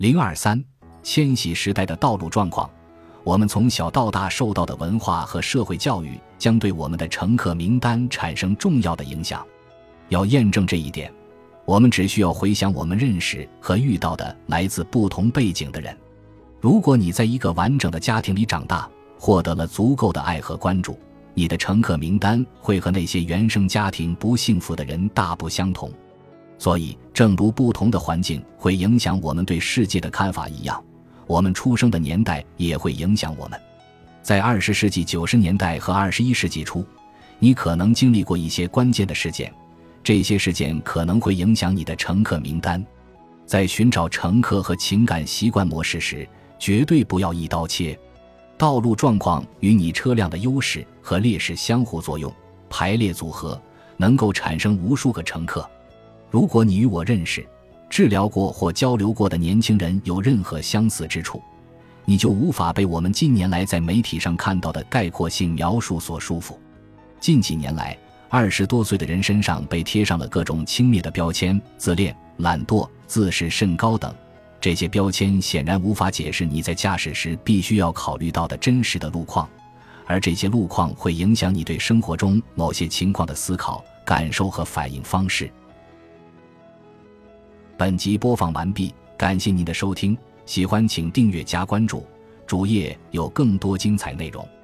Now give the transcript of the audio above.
023千禧时代的道路状况。我们从小到大受到的文化和社会教育将对我们的乘客名单产生重要的影响。要验证这一点，我们只需要回想我们认识和遇到的来自不同背景的人。如果你在一个完整的家庭里长大，获得了足够的爱和关注，你的乘客名单会和那些原生家庭不幸福的人大不相同。所以，正如不同的环境会影响我们对世界的看法一样，我们出生的年代也会影响我们。在20世纪90年代和21世纪初，你可能经历过一些关键的事件，这些事件可能会影响你的乘客名单。在寻找乘客和情感习惯模式时，绝对不要一刀切。道路状况与你车辆的优势和劣势相互作用，排列组合，能够产生无数个乘客。如果你与我认识、治疗过或交流过的年轻人有任何相似之处，你就无法被我们近年来在媒体上看到的概括性描述所束缚。近几年来，20多岁的人身上被贴上了各种轻蔑的标签，自恋、懒惰、自视甚高等。这些标签显然无法解释你在驾驶时必须要考虑到的真实的路况，而这些路况会影响你对生活中某些情况的思考、感受和反应方式。本集播放完毕，感谢您的收听，喜欢请订阅加关注，主页有更多精彩内容。